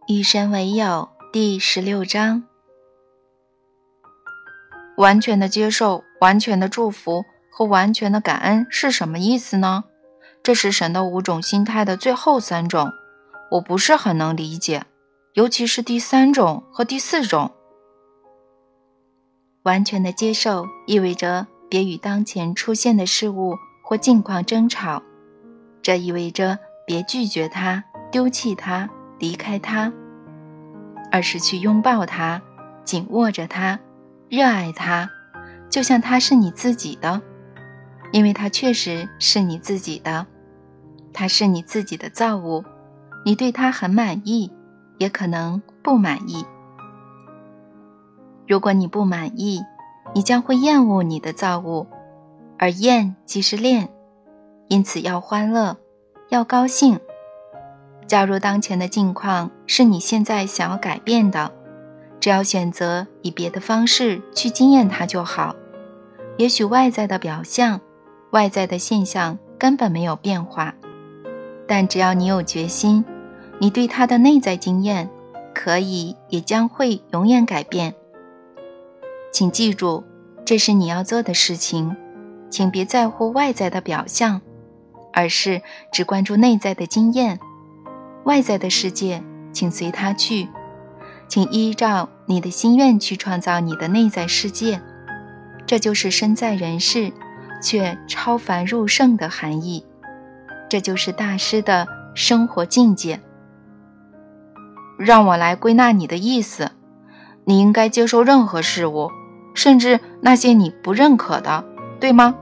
与神为友第16章。完全的接受、完全的祝福和完全的感恩是什么意思呢？这是神的5种心态的最后3种，我不是很能理解，尤其是第3种和第4种。 完全的接受意味着别与当前出现的事物或境况争吵，这意味着别拒绝它、丢弃它、离开它，而是去拥抱它，紧握着它，热爱它，就像它是你自己的，因为它确实是你自己的，它是你自己的造物，你对它很满意，也可能不满意。如果你不满意，你将会厌恶你的造物，而厌即是恋，因此要欢乐，要高兴。假如当前的境况是你现在想要改变的，只要选择以别的方式去经验它就好。也许外在的表象、外在的现象根本没有变化，但只要你有决心，你对它的内在经验可以也将会永远改变。请记住，这是你要做的事情，请别在乎外在的表象，而是只关注内在的经验。外在的世界请随它去，请依照你的心愿去创造你的内在世界，这就是身在人世却超凡入圣的含义，这就是大师的生活境界。 让我来归纳你的意思，你应该接受任何事物，甚至那些你不认可的，对吗？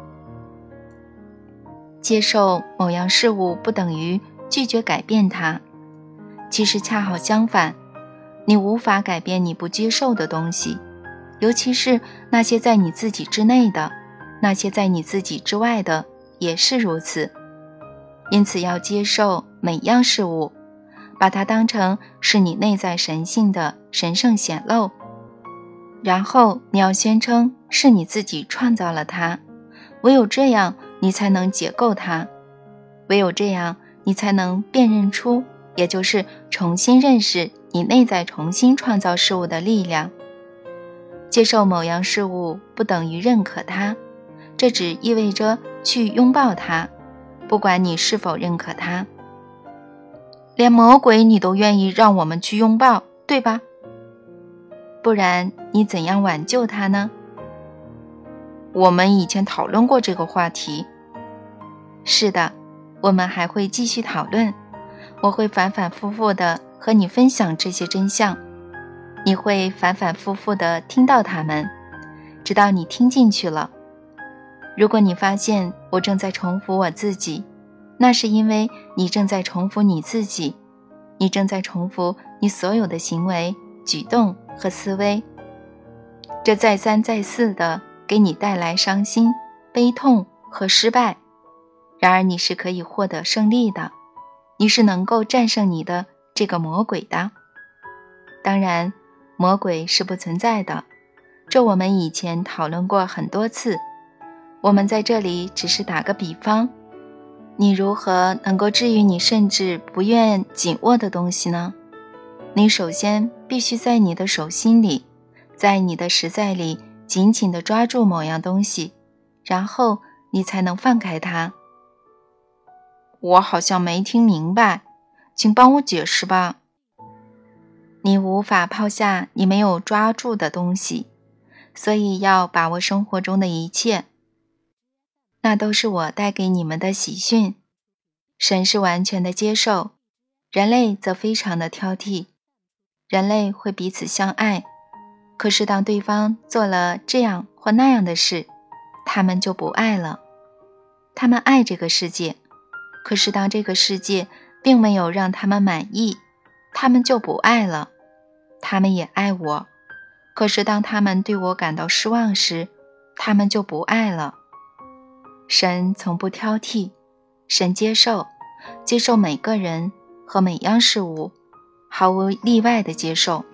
接受某样事物不等于拒绝改变它，其实恰好相反，你无法改变你不接受的东西，尤其是那些在你自己之内的，那些在你自己之外的也是如此。因此要接受每样事物，把它当成是你内在神性的神圣显露，然后你要宣称是你自己创造了它，唯有这样你才能解构它，唯有这样你才能辨认出，也就是重新认识你内在重新创造事物的力量。接受某样事物不等于认可它，这只意味着去拥抱它，不管你是否认可它。 连魔鬼你都愿意让我们去拥抱，对吧？ 不然你怎样挽救它呢？ 我们以前讨论过这个话题。 是的，我们还会继续讨论，我会反反复复地和你分享这些真相，你会反反复复地听到它们，直到你听进去了。如果你发现我正在重复我自己，那是因为你正在重复你自己，你正在重复你所有的行为、举动和思维，这再三再四地给你带来伤心、悲痛和失败。然而你是可以获得胜利的，你是能够战胜你的这个魔鬼的。当然，魔鬼是不存在的，这我们以前讨论过很多次，我们在这里只是打个比方。你如何能够治愈你甚至不愿紧握的东西呢？你首先必须在你的手心里，在你的实在里紧紧地抓住某样东西，然后你才能放开它。 我好像没听明白，请帮我解释吧。 你无法抛下你没有抓住的东西，所以要把握生活中的一切。那都是我带给你们的喜讯。神是完全的接受，人类则非常的挑剔。人类会彼此相爱，可是当对方做了这样或那样的事，他们就不爱了。他们爱这个世界，可是当这个世界并没有让他们满意，他们就不爱了。他们也爱我，可是当他们对我感到失望时，他们就不爱了。神从不挑剔，神接受每个人和每样事物，毫无例外的接受。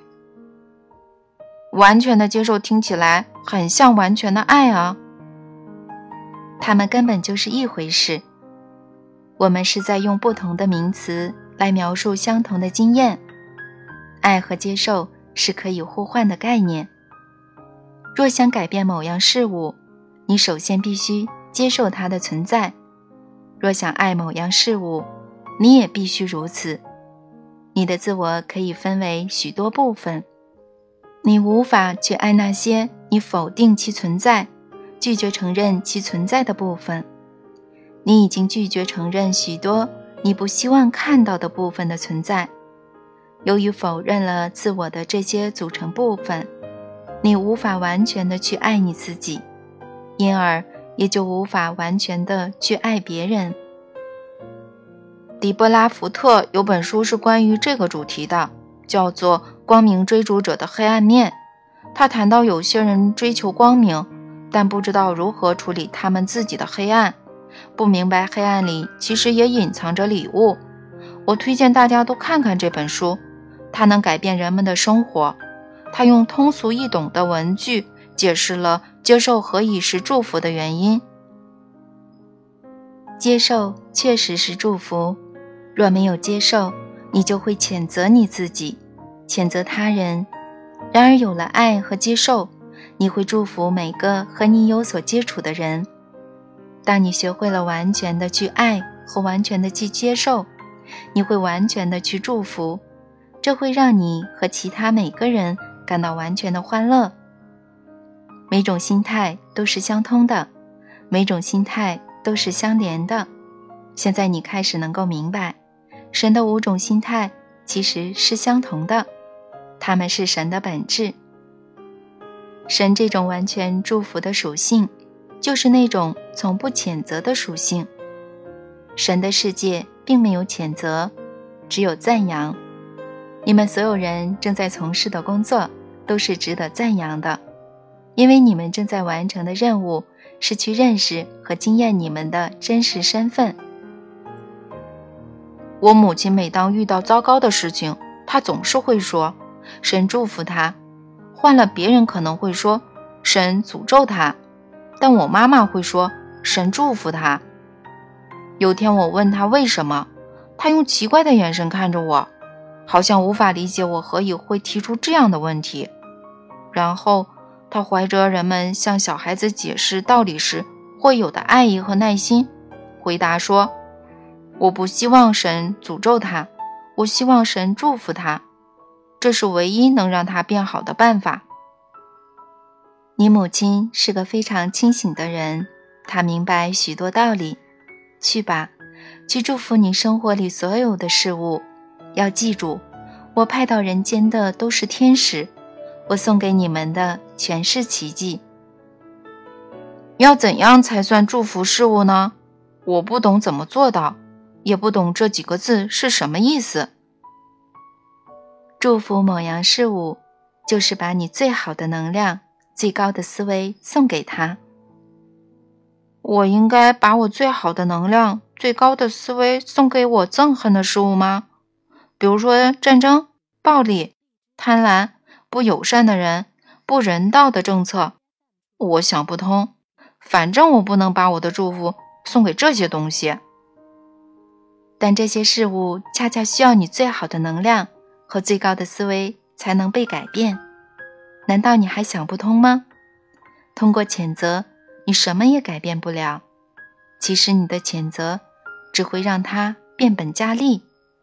完全的接受听起来很像完全的爱啊。 它们根本就是一回事。我们是在用不同的名词来描述相同的经验。 爱和接受是可以互换的概念。若想改变某样事物，你首先必须接受它的存在；若想爱某样事物，你也必须如此。你的自我可以分为许多部分，你无法去爱那些你否定其存在、拒绝承认其存在的部分。你已经拒绝承认许多你不希望看到的部分的存在。由于否认了自我的这些组成部分，你无法完全的去爱你自己，因而也就无法完全的去爱别人。 迪波拉·福特有本书是关于这个主题的，叫做《光明追逐者的黑暗面》。他谈到有些人追求光明，但不知道如何处理他们自己的黑暗，不明白黑暗里其实也隐藏着礼物。我推荐大家都看看这本书，它能改变人们的生活。它用通俗易懂的文句解释了接受何以是祝福的原因。 接受确实是祝福，若没有接受，你就会谴责你自己，谴责他人。然而有了爱和接受，你会祝福每个和你有所接触的人。当你学会了完全的去爱和完全的去接受，你会完全的去祝福，这会让你和其他每个人感到完全的欢乐。每种心态都是相通的，每种心态都是相连的。现在你开始能够明白，神的5种心态其实是相同的，它们是神的本质。神这种完全祝福的属性，就是那种从不谴责的属性。神的世界并没有谴责，只有赞扬。你们所有人正在从事的工作都是值得赞扬的，因为你们正在完成的任务是去认识和经验你们的真实身份。 我母亲每当遇到糟糕的事情，她总是会说神祝福她，换了别人可能会说神诅咒她，但我妈妈会说神祝福她。有天我问她为什么，她用奇怪的眼神看着我，好像无法理解我何以会提出这样的问题。然后她怀着人们向小孩子解释道理时会有的爱意和耐心，回答说，我不希望神诅咒他，我希望神祝福他，这是唯一能让他变好的办法。 你母亲是个非常清醒的人，她明白许多道理。去吧，去祝福你生活里所有的事物。要记住，我派到人间的都是天使，我送给你们的全是奇迹。 要怎样才算祝福事物呢？我不懂怎么做到，也不懂这几个字是什么意思。 祝福某样事物，就是把你最好的能量、最高的思维送给他。 我应该把我最好的能量、最高的思维送给我憎恨的事物吗？比如说战争、暴力、贪婪、不友善的人、不人道的政策。我想不通，反正我不能把我的祝福送给这些东西。 但这些事物恰恰需要你最好的能量和最高的思维才能被改变。难道你还想不通吗？通过谴责，你什么也改变不了。其实你的谴责只会让它变本加厉。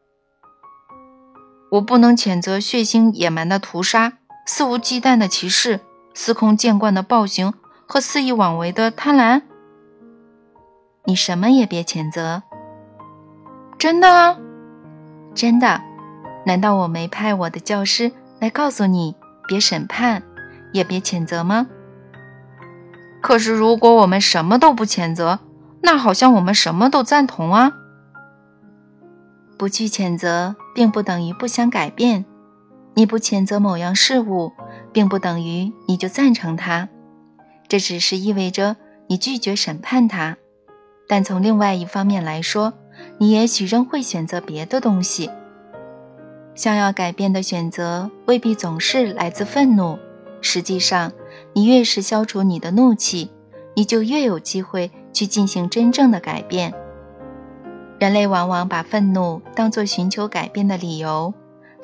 我不能谴责血腥野蛮的屠杀、肆无忌惮的歧视、司空见惯的暴行和肆意妄为的贪婪。 你什么也别谴责。 真的啊？ 真的。难道我没派我的教师来告诉你别审判，也别谴责吗？ 可是如果我们什么都不谴责，那好像我们什么都赞同啊。 不去谴责并不等于不想改变，你不谴责某样事物并不等于你就赞成它，这只是意味着你拒绝审判它。但从另外一方面来说，你也许仍会选择别的东西。想要改变的选择未必总是来自愤怒，实际上你越是消除你的怒气，你就越有机会去进行真正的改变。人类往往把愤怒当作寻求改变的理由，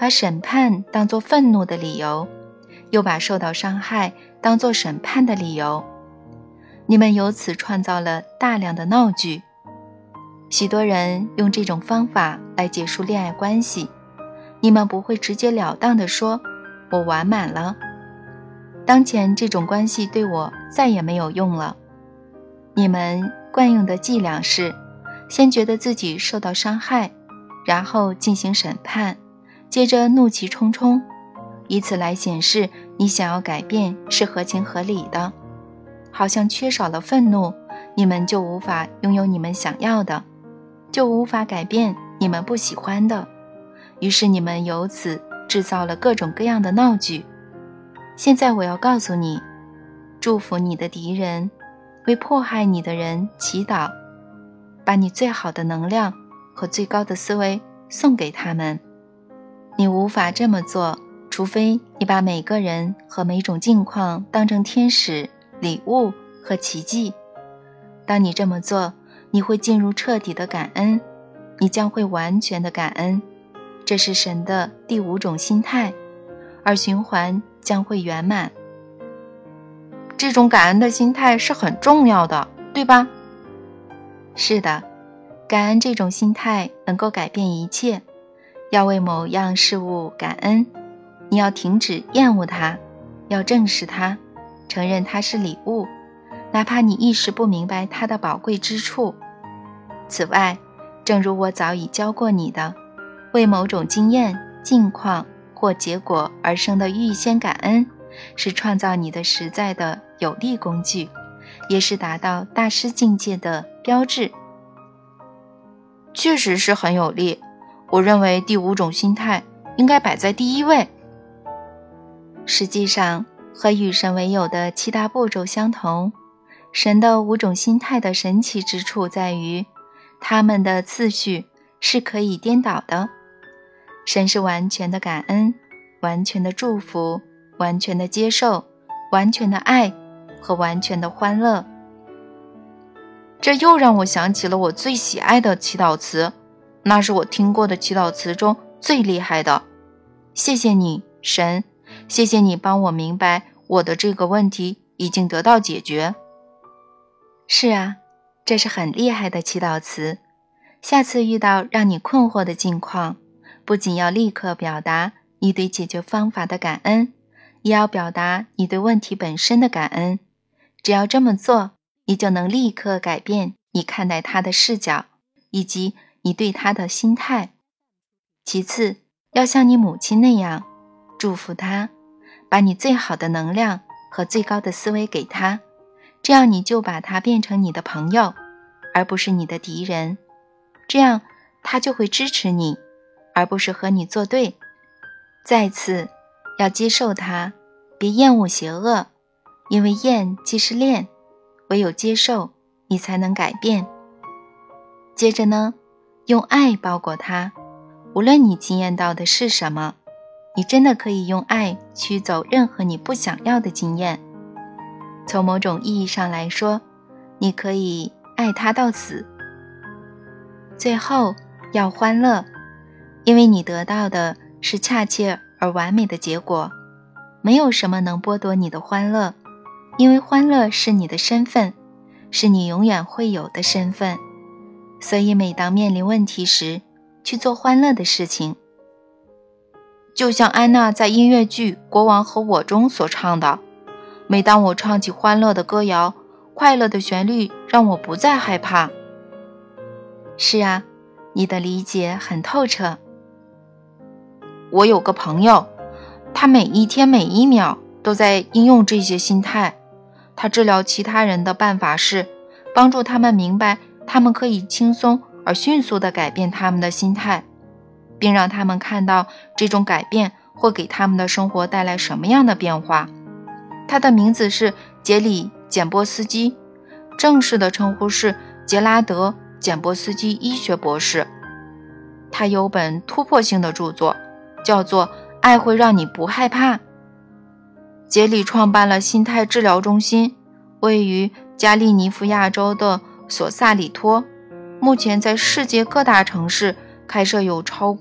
把审判当作愤怒的理由，又把受到伤害当作审判的理由。你们由此创造了大量的闹剧。许多人用这种方法来结束恋爱关系，你们不会直截了当地说我完满了，当前这种关系对我再也没有用了。你们惯用的伎俩是先觉得自己受到伤害，然后进行审判，接着怒气冲冲，以此来显示你想要改变是合情合理的。好像缺少了愤怒，你们就无法拥有你们想要的，就无法改变你们不喜欢的。于是你们由此制造了各种各样的闹剧。现在我要告诉你，祝福你的敌人，为迫害你的人祈祷，把你最好的能量和最高的思维送给他们。你无法这么做，除非你把每个人和每种境况当成天使、礼物和奇迹。当你这么做，你会进入彻底的感恩，你将会完全的感恩，这是神的第5种心态，而循环将会圆满。这种感恩的心态是很重要的，对吧？是的，感恩这种心态能够改变一切。要为某样事物感恩，你要停止厌恶它，要正视它，承认它是礼物，哪怕你一时不明白它的宝贵之处。此外，正如我早已教过你的，为某种经验、境况或结果而生的预先感恩，是创造你的实在的有力工具，也是达到大师境界的标志。确实是很有力，我认为第5种心态应该摆在第1位。实际上，和与神为友的7大步骤相同，神的5种心态的神奇之处在于，它们的次序是可以颠倒的。神是完全的感恩，完全的祝福，完全的接受，完全的爱和完全的欢乐。这又让我想起了我最喜爱的祈祷词，那是我听过的祈祷词中最厉害的。谢谢你，神，谢谢你帮我明白我的这个问题已经得到解决。是啊，这是很厉害的祈祷词。下次遇到让你困惑的境况，不仅要立刻表达你对解决方法的感恩，也要表达你对问题本身的感恩。只要这么做，你就能立刻改变你看待它的视角，以及你对它的心态。其次，要像你母亲那样祝福她，把你最好的能量和最高的思维给她，这样你就把她变成你的朋友，而不是你的敌人。这样她就会支持你，而不是和你作对。再次，要接受它，别厌恶邪恶，因为厌即是恋，唯有接受，你才能改变。接着呢，用爱包裹它，无论你经验到的是什么，你真的可以用爱驱走任何你不想要的经验。从某种意义上来说，你可以爱它到死。最后，要欢乐，因为你得到的是恰切而完美的结果，没有什么能剥夺你的欢乐，因为欢乐是你的身份，是你永远会有的身份。所以每当面临问题时，去做欢乐的事情。就像安娜在音乐剧《国王和我》中所唱的，每当我唱起欢乐的歌谣，快乐的旋律让我不再害怕。是啊，你的理解很透彻。我有个朋友，他每一天每一秒都在应用这些心态。他治疗其他人的办法是帮助他们明白他们可以轻松而迅速地改变他们的心态，并让他们看到这种改变会给他们的生活带来什么样的变化。他的名字是杰里·简波斯基，正式的称呼是杰拉德·简波斯基医学博士。他有本突破性的著作，叫做《爱会让你不害怕》。杰里创办了心态治疗中心，位于加利尼福亚州的索萨里托，目前在世界各大城市开设有超过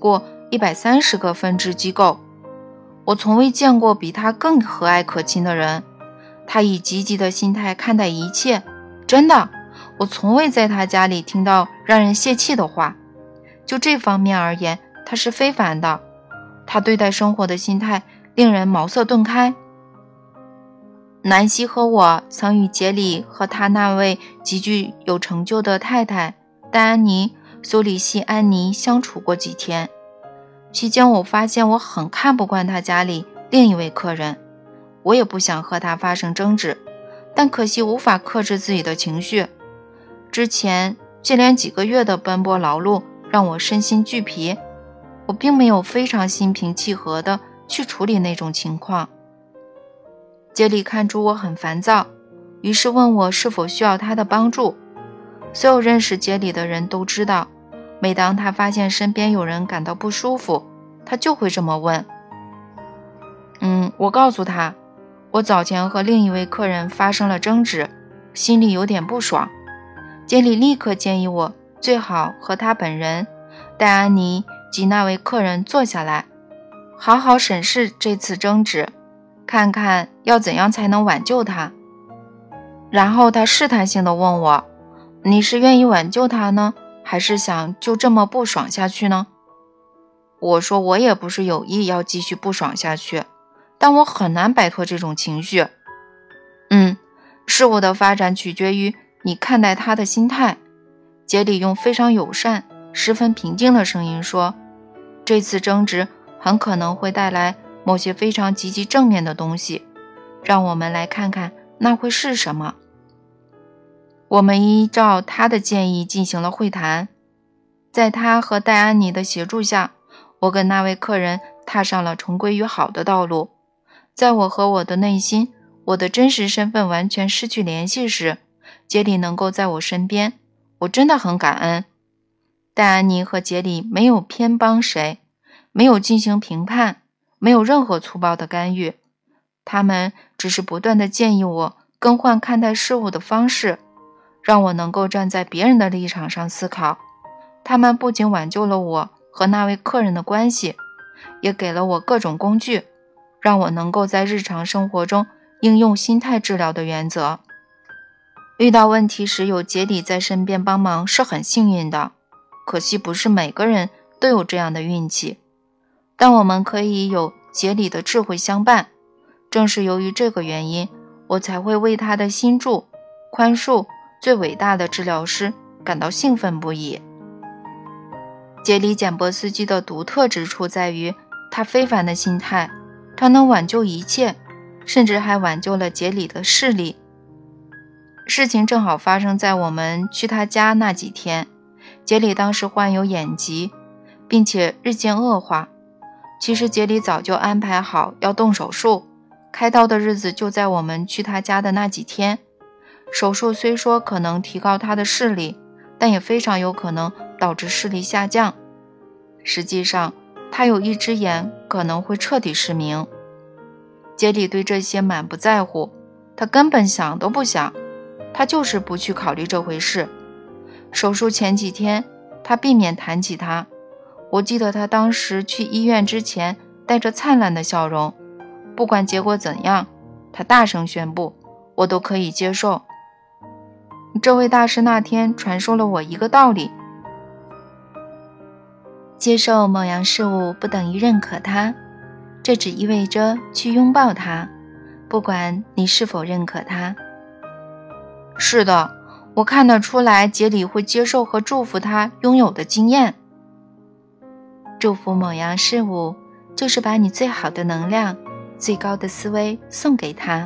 130个分支机构。我从未见过比他更和蔼可亲的人，他以积极的心态看待一切，真的，我从未在他家里听到让人泄气的话。就这方面而言，他是非凡的。他对待生活的心态令人茅塞顿开。南希和我曾与杰里和他那位极具有成就的太太戴安妮·苏里西安妮相处过几天，期间我发现我很看不惯他家里另一位客人，我也不想和他发生争执，但可惜无法克制自己的情绪。之前接连几个月的奔波劳碌让我身心俱疲，我并没有非常心平气和地去处理那种情况。杰里看出我很烦躁，于是问我是否需要他的帮助。所有认识杰里的人都知道，每当他发现身边有人感到不舒服，他就会这么问。我告诉他，我早前和另一位客人发生了争执，心里有点不爽。杰里立刻建议我最好和他本人、戴安妮及那位客人坐下来，好好审视这次争执，看看要怎样才能挽救他。然后他试探性地问我，你是愿意挽救他呢，还是想就这么不爽下去呢？我说我也不是有意要继续不爽下去，但我很难摆脱这种情绪。事物的发展取决于你看待他的心态。杰里用非常友善、十分平静的声音说，这次争执很可能会带来某些非常积极正面的东西，让我们来看看那会是什么。我们依照他的建议进行了会谈，在他和戴安妮的协助下，我跟那位客人踏上了重归于好的道路。在我和我的内心，我的真实身份完全失去联系时，杰里能够在我身边，我真的很感恩。戴安妮和杰里没有偏帮谁，没有进行评判，没有任何粗暴的干预，他们只是不断地建议我更换看待事物的方式，让我能够站在别人的立场上思考。他们不仅挽救了我和那位客人的关系，也给了我各种工具，让我能够在日常生活中应用心态治疗的原则。遇到问题时有杰里在身边帮忙是很幸运的，可惜不是每个人都有这样的运气。但我们可以有杰里的智慧相伴，正是由于这个原因，我才会为他的心助、宽恕最伟大的治疗师感到兴奋不已。杰里简波斯基的独特之处在于他非凡的心态，他能挽救一切，甚至还挽救了杰里的视力。事情正好发生在我们去他家那几天，杰里当时患有眼疾，并且日渐恶化。其实杰里早就安排好要动手术，开刀的日子就在我们去他家的那几天。手术虽说可能提高他的视力，但也非常有可能导致视力下降。实际上，他有一只眼可能会彻底失明。杰里对这些满不在乎，他根本想都不想，他就是不去考虑这回事。手术前几天，他避免谈起他。我记得他当时去医院之前带着灿烂的笑容，不管结果怎样，他大声宣布，我都可以接受。这位大师那天传授了我一个道理： 接受某样事物不等于认可它，这只意味着去拥抱它，不管你是否认可它。 是的，我看得出来杰里会接受和祝福他拥有的经验。 祝福某样事物，就是把你最好的能量、最高的思维送给他。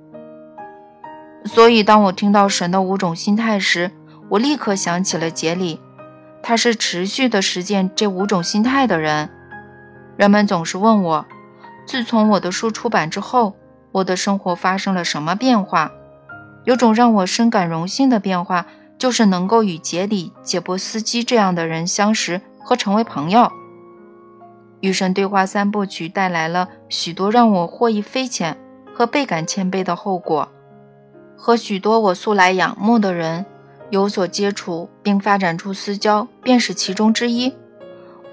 所以当我听到神的5种心态时，我立刻想起了杰里，他是持续的实践这5种心态的人。人们总是问我，自从我的书出版之后，我的生活发生了什么变化？有种让我深感荣幸的变化，就是能够与杰里、杰波斯基这样的人相识和成为朋友。与神对话3部曲带来了许多让我获益匪浅和倍感谦卑的后果。和许多我素来仰慕的人有所接触并发展出私交，便是其中之一。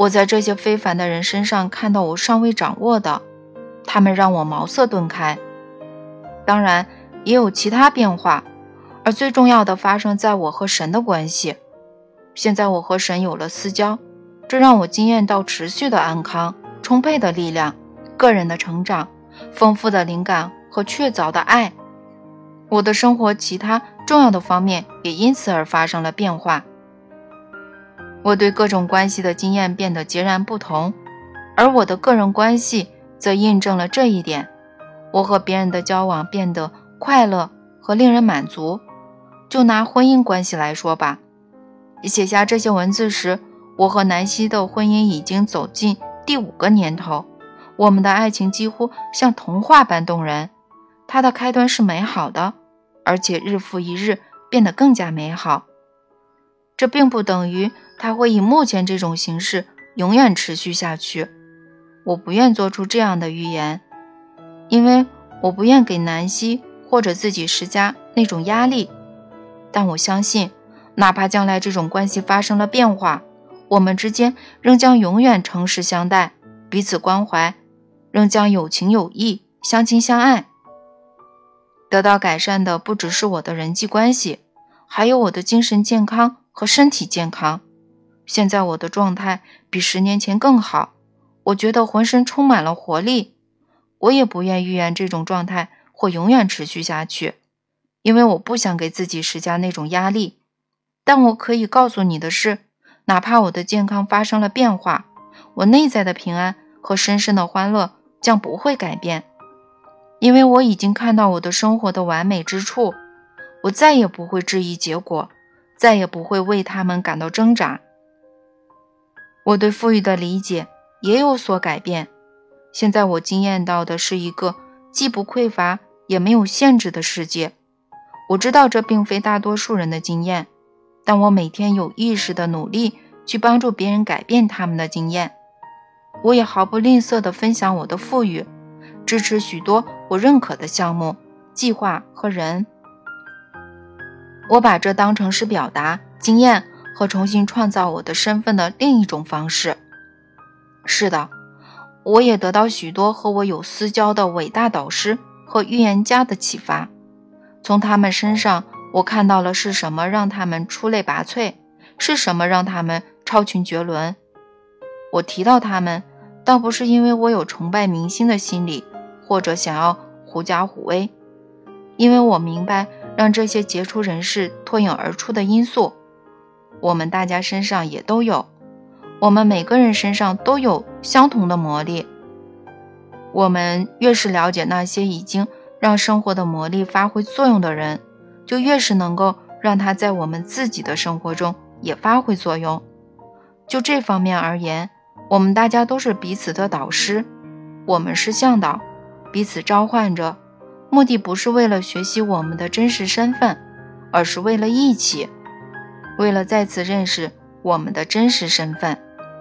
我在这些非凡的人身上看到我尚未掌握的，他们让我茅塞顿开。当然也有其他变化，而最重要的发生在我和神的关系。现在我和神有了私交，这让我惊艳到持续的安康、充沛的力量、个人的成长、丰富的灵感和确凿的爱。我的生活其他重要的方面也因此而发生了变化。我对各种关系的经验变得截然不同，而我的个人关系则印证了这一点。我和别人的交往变得快乐和令人满足。就拿婚姻关系来说吧，写下这些文字时，我和南希的婚姻已经走进第5个年头，我们的爱情几乎像童话般动人。它的开端是美好的，而且日复一日变得更加美好。这并不等于它会以目前这种形式永远持续下去。我不愿做出这样的预言，因为我不愿给南希或者自己施加那种压力。但我相信，哪怕将来这种关系发生了变化，我们之间仍将永远诚实相待，彼此关怀，仍将有情有义，相亲相爱。得到改善的不只是我的人际关系，还有我的精神健康和身体健康。现在我的状态比10年前更好，我觉得浑身充满了活力。我也不愿预言这种状态会永远持续下去，因为我不想给自己施加那种压力。但我可以告诉你的是，哪怕我的健康发生了变化，我内在的平安和深深的欢乐将不会改变，因为我已经看到我的生活的完美之处。我再也不会质疑结果，再也不会为他们感到挣扎。我对富裕的理解也有所改变，现在我经验到的是一个既不匮乏也没有限制的世界。我知道这并非大多数人的经验，但我每天有意识地努力去帮助别人改变他们的经验。我也毫不吝啬地分享我的富裕，支持许多我认可的项目、计划和人。我把这当成是表达经验和重新创造我的身份的另一种方式。是的，我也得到许多和我有私交的伟大导师和预言家的启发。从他们身上，我看到了是什么让他们出类拔萃，是什么让他们超群绝伦。我提到他们，倒不是因为我有崇拜明星的心理，或者想要狐假虎威，因为我明白让这些杰出人士脱颖而出的因素，我们大家身上也都有，我们每个人身上都有相同的魔力。我们越是了解那些已经让生活的魔力发挥作用的人，就越是能够让它在我们自己的生活中也发挥作用。就这方面而言，我们大家都是彼此的导师，我们是向导，彼此召唤着，目的不是为了学习我们的真实身份，而是为了一起，为了再次认识我们的真实身份。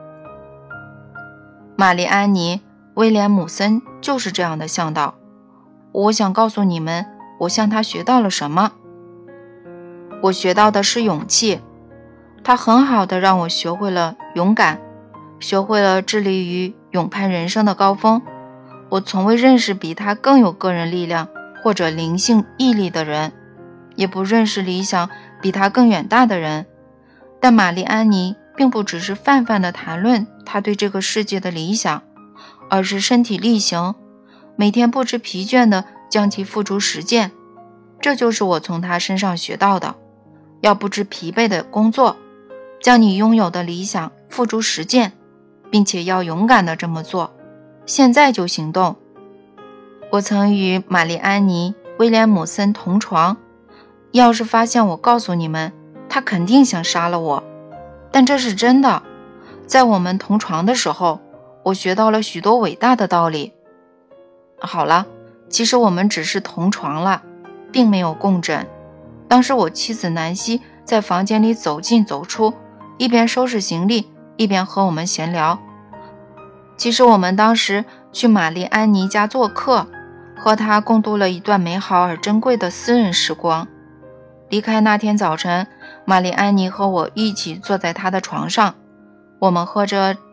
玛丽安妮·威廉姆森就是这样的向导。我想告诉你们，我向他学到了什么。我学到的是勇气，他很好的让我学会了勇敢，学会了致力于勇攀人生的高峰。我从未认识比他更有个人力量或者灵性毅力的人，也不认识理想比他更远大的人。但玛丽安妮并不只是泛泛地谈论她对这个世界的理想，而是身体力行，每天不知疲倦地将其付诸实践。这就是我从她身上学到的，要不知疲惫地工作，将你拥有的理想付诸实践，并且要勇敢地这么做，现在就行动。我曾与玛丽安妮·威廉姆森同床，要是发现我告诉你们，他肯定想杀了我。但这是真的，在我们同床的时候，我学到了许多伟大的道理。好了，其实我们只是同床了，并没有共枕。当时我妻子南希在房间里走进走出，一边收拾行李，一边和我们闲聊。其实我们当时去玛丽安妮家做客，和她共度了一段美好而珍贵的私人时光。离开那天早晨，玛丽安妮和我一起坐在她的床上，我们喝着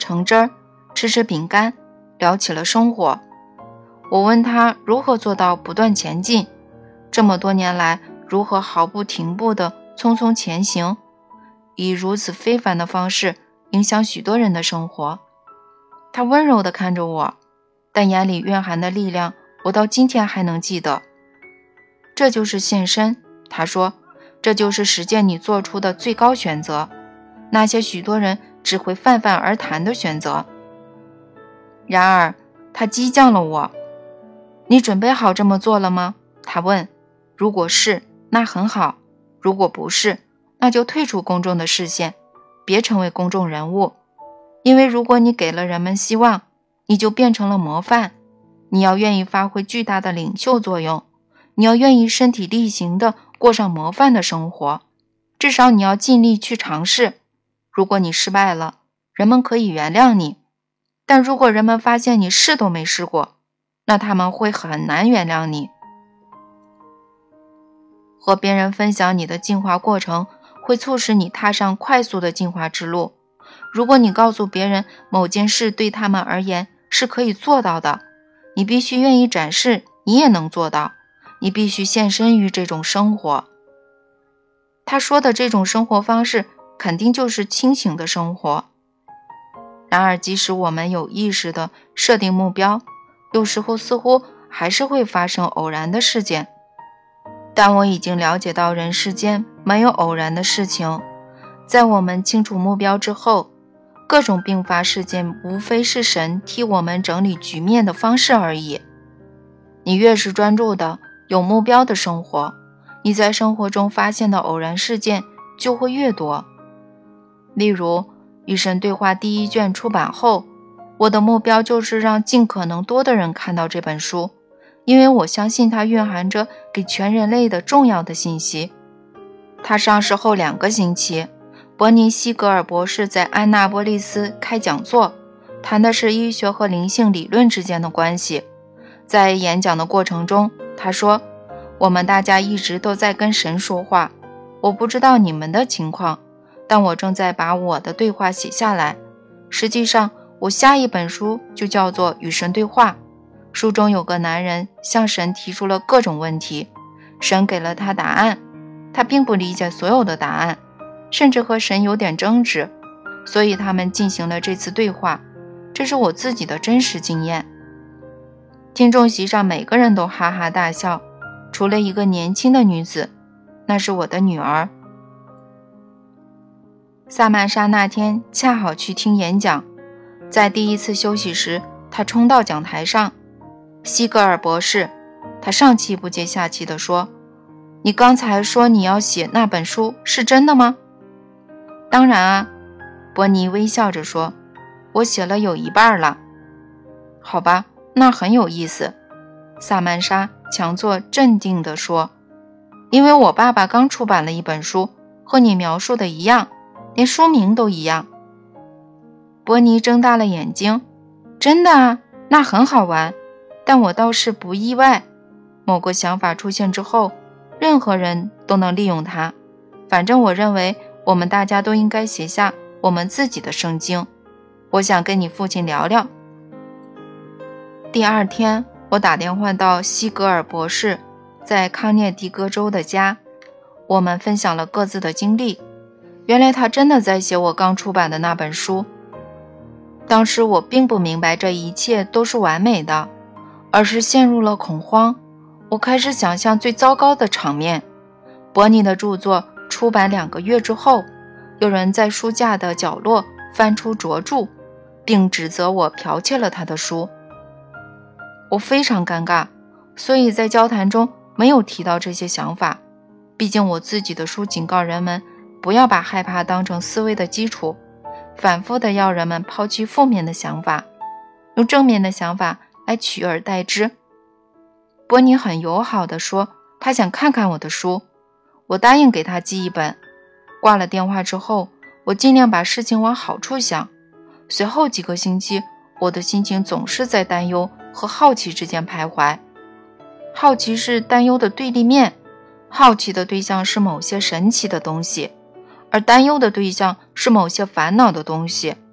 橙汁，吃吃饼干，聊起了生活。我问他如何做到不断前进，这么多年来如何毫不停步地匆匆前行，以如此非凡的方式影响许多人的生活。他温柔地看着我，但眼里蕴含的力量我到今天还能记得。这就是献身，他说，这就是实践你做出的最高选择，那些许多人只会泛泛而谈的选择。然而他激将了我。你准备好这么做了吗？他问。如果是，那很好；如果不是，那就退出公众的视线，别成为公众人物。因为如果你给了人们希望，你就变成了模范。你要愿意发挥巨大的领袖作用，你要愿意身体力行地过上模范的生活，至少你要尽力去尝试。如果你失败了，人们可以原谅你，但如果人们发现你试都没试过，那他们会很难原谅你。和别人分享你的进化过程，会促使你踏上快速的进化之路。如果你告诉别人某件事对他们而言是可以做到的，你必须愿意展示你也能做到，你必须献身于这种生活。他说的这种生活方式肯定就是清醒的生活。然而即使我们有意识地设定目标，有时候似乎还是会发生偶然的事件。但我已经了解到人世间没有偶然的事情，在我们清楚目标之后，各种并发事件无非是神替我们整理局面的方式而已。你越是专注的有目标的生活，你在生活中发现的偶然事件就会越多。例如《与神对话》第1卷出版后，我的目标就是让尽可能多的人看到这本书，因为我相信它蕴含着给全人类的重要的信息。它上市后2个星期，伯尼·西格尔博士在安纳波利斯开讲座，谈的是医学和灵性理论之间的关系。在演讲的过程中，他说，我们大家一直都在跟神说话，我不知道你们的情况，但我正在把我的对话写下来。实际上我下一本书就叫做《与神对话》，书中有个男人向神提出了各种问题，神给了他答案，他并不理解所有的答案，甚至和神有点争执，所以他们进行了这次对话。这是我自己的真实经验。听众席上每个人都哈哈大笑，除了一个年轻的女子，那是我的女儿。萨曼莎那天恰好去听演讲，在第一次休息时，她冲到讲台上。西格尔博士，他上气不接下气地说，你刚才说你要写那本书，是真的吗？当然啊，伯尼微笑着说，我写了有一半了。好吧，那很有意思，萨曼莎强作镇定地说，因为我爸爸刚出版了一本书，和你描述的一样，连书名都一样。伯尼睁大了眼睛，真的啊，那很好玩，但我倒是不意外。某个想法出现之后，任何人都能利用它。反正我认为我们大家都应该写下我们自己的圣经。我想跟你父亲聊聊。第2天，我打电话到西格尔博士在康涅狄格州的家，我们分享了各自的经历。原来他真的在写我刚出版的那本书。当时我并不明白这一切都是完美的，而是陷入了恐慌。我开始想象最糟糕的场面。伯尼的著作出版2个月之后，有人在书架的角落翻出拙著，并指责我剽窃了他的书。我非常尴尬，所以在交谈中没有提到这些想法。毕竟我自己的书警告人们不要把害怕当成思维的基础，反复地要人们抛弃负面的想法，用正面的想法来取而代之。伯尼很友好地说，他想看看我的书，我答应给他寄一本。挂了电话之后，我尽量把事情往好处想。随后几个星期，我的心情总是在担忧和好奇之间徘徊。好奇是担忧的对立面，好奇的对象是某些神奇的东西，而担忧的对象是某些烦恼的东西。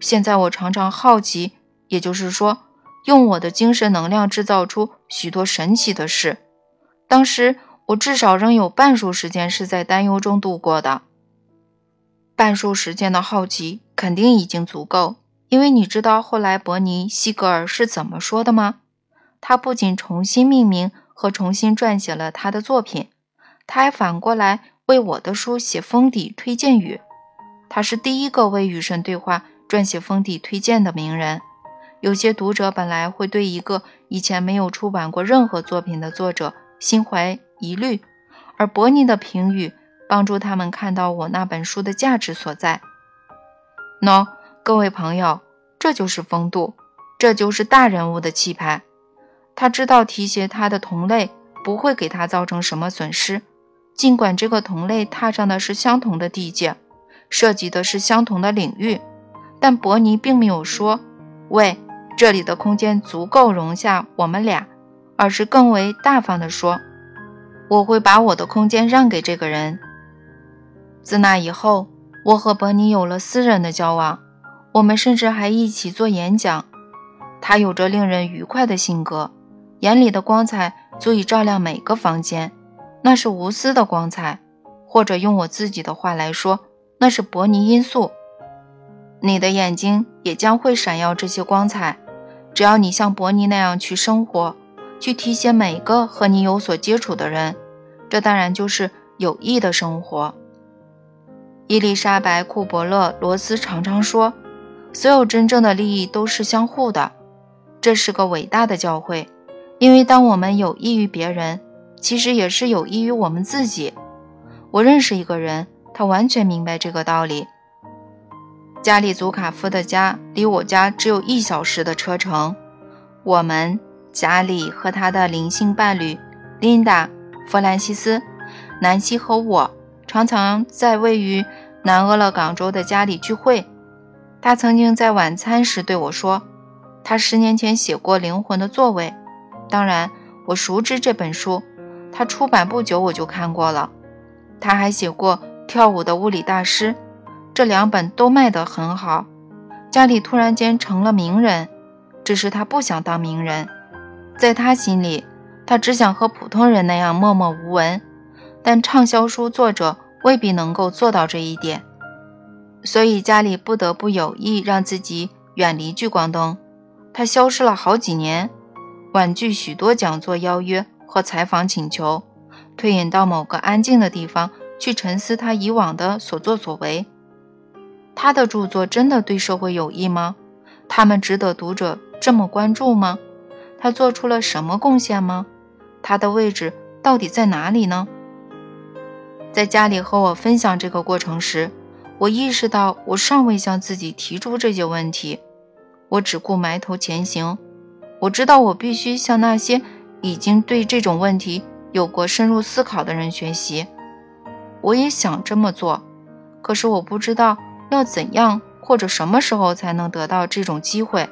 现在我常常好奇，也就是说，用我的精神能量制造出许多神奇的事。当时我至少仍有半数时间是在担忧中度过的。半数时间的好奇肯定已经足够，因为你知道后来伯尼·西格尔是怎么说的吗？他不仅重新命名和重新撰写了他的作品，他还反过来为我的书写封底推荐语。他是第一个为与神对话撰写封底推荐的名人。有些读者本来会对一个以前没有出版过任何作品的作者心怀疑虑，而伯尼的评语帮助他们看到我那本书的价值所在。喏，各位朋友，这就是风度，这就是大人物的气派。他知道提携他的同类不会给他造成什么损失，尽管这个同类踏上的是相同的地界，涉及的是相同的领域，但伯尼并没有说，喂，这里的空间足够容下我们俩，而是更为大方地说，我会把我的空间让给这个人。自那以后，我和伯尼有了私人的交往，我们甚至还一起做演讲。他有着令人愉快的性格，眼里的光彩足以照亮每个房间，那是无私的光彩，或者用我自己的话来说，那是伯尼因素。你的眼睛也将会闪耀这些光彩，只要你像伯尼那样去生活，去提携每个和你有所接触的人，这当然就是有益的生活。伊丽莎白·库伯勒·罗斯常常说，所有真正的利益都是相互的。这是个伟大的教诲，因为当我们有益于别人，其实也是有益于我们自己。我认识一个人，他完全明白这个道理。加里祖卡夫的家离我家只有1小时的车程。我们加里和他的灵性伴侣琳达、弗兰西斯、南希和我常常在位于南俄勒冈州的家里聚会。他曾经在晚餐时对我说，他10年前写过《灵魂的座位》，当然我熟知这本书，他出版不久我就看过了。他还写过《跳舞的物理大师》，这2本都卖得很好。家里突然间成了名人，只是他不想当名人。在他心里，他只想和普通人那样默默无闻，但畅销书作者未必能够做到这一点。所以家里不得不有意让自己远离聚光灯。他消失了好几年，婉拒许多讲座邀约和采访请求，退隐到某个安静的地方去沉思他以往的所作所为。他的著作真的对社会有益吗？他们值得读者这么关注吗？他做出了什么贡献吗？他的位置到底在哪里呢？在家里和我分享这个过程时，我意识到我尚未向自己提出这些问题，我只顾埋头前行。我知道我必须向那些已经对这种问题有过深入思考的人学习。我也想这么做，可是我不知道要怎样或者什么时候才能得到这种机会。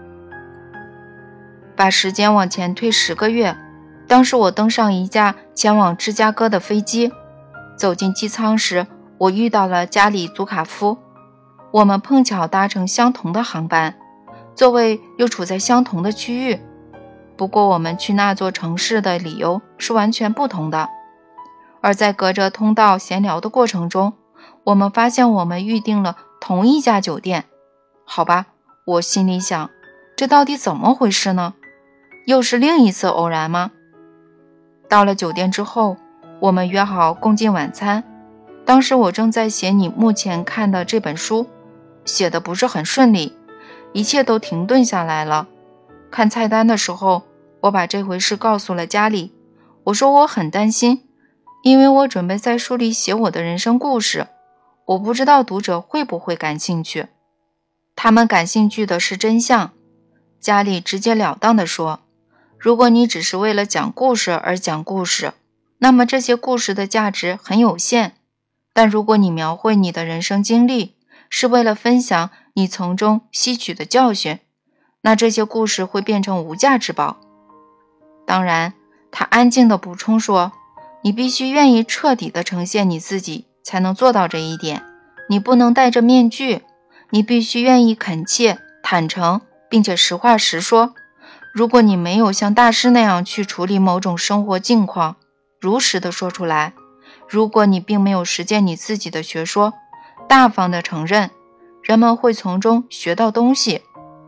把时间往前推10个月，当时我登上一架前往芝加哥的飞机，走进机舱时，我遇到了加里祖卡夫。我们碰巧搭乘相同的航班，座位又处在相同的区域，不过我们去那座城市的理由是完全不同的。而在隔着通道闲聊的过程中，我们发现我们预定了同一家酒店。好吧，我心里想，这到底怎么回事呢？又是另一次偶然吗？到了酒店之后，我们约好共进晚餐。当时我正在写你目前看的这本书，写的不是很顺利，一切都停顿下来了。看菜单的时候，我把这回事告诉了家里。我说我很担心，因为我准备在书里写我的人生故事，我不知道读者会不会感兴趣。他们感兴趣的是真相。家里直截了当地说，如果你只是为了讲故事而讲故事，那么这些故事的价值很有限。但如果你描绘你的人生经历，是为了分享你从中吸取的教训，那这些故事会变成无价之宝。当然，他安静地补充说，你必须愿意彻底地呈现你自己，才能做到这一点。你不能戴着面具， 你必须愿意恳切、坦诚，并且实话实说。如果你没有像大师那样去处理某种生活境况，如实的说出来，如果你并没有实践你自己的学说，大方的承认，人们会从中学到东西。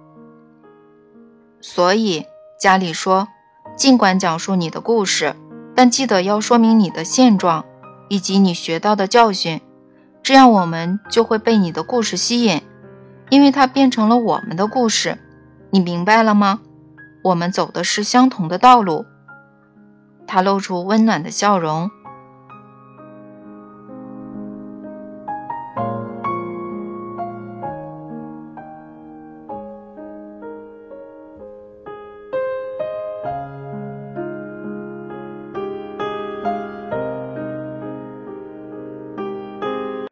所以家里说，尽管讲述你的故事，但记得要说明你的现状以及你学到的教训，这样我们就会被你的故事吸引，因为它变成了我们的故事。你明白了吗？我们走的是相同的道路。他露出温暖的笑容，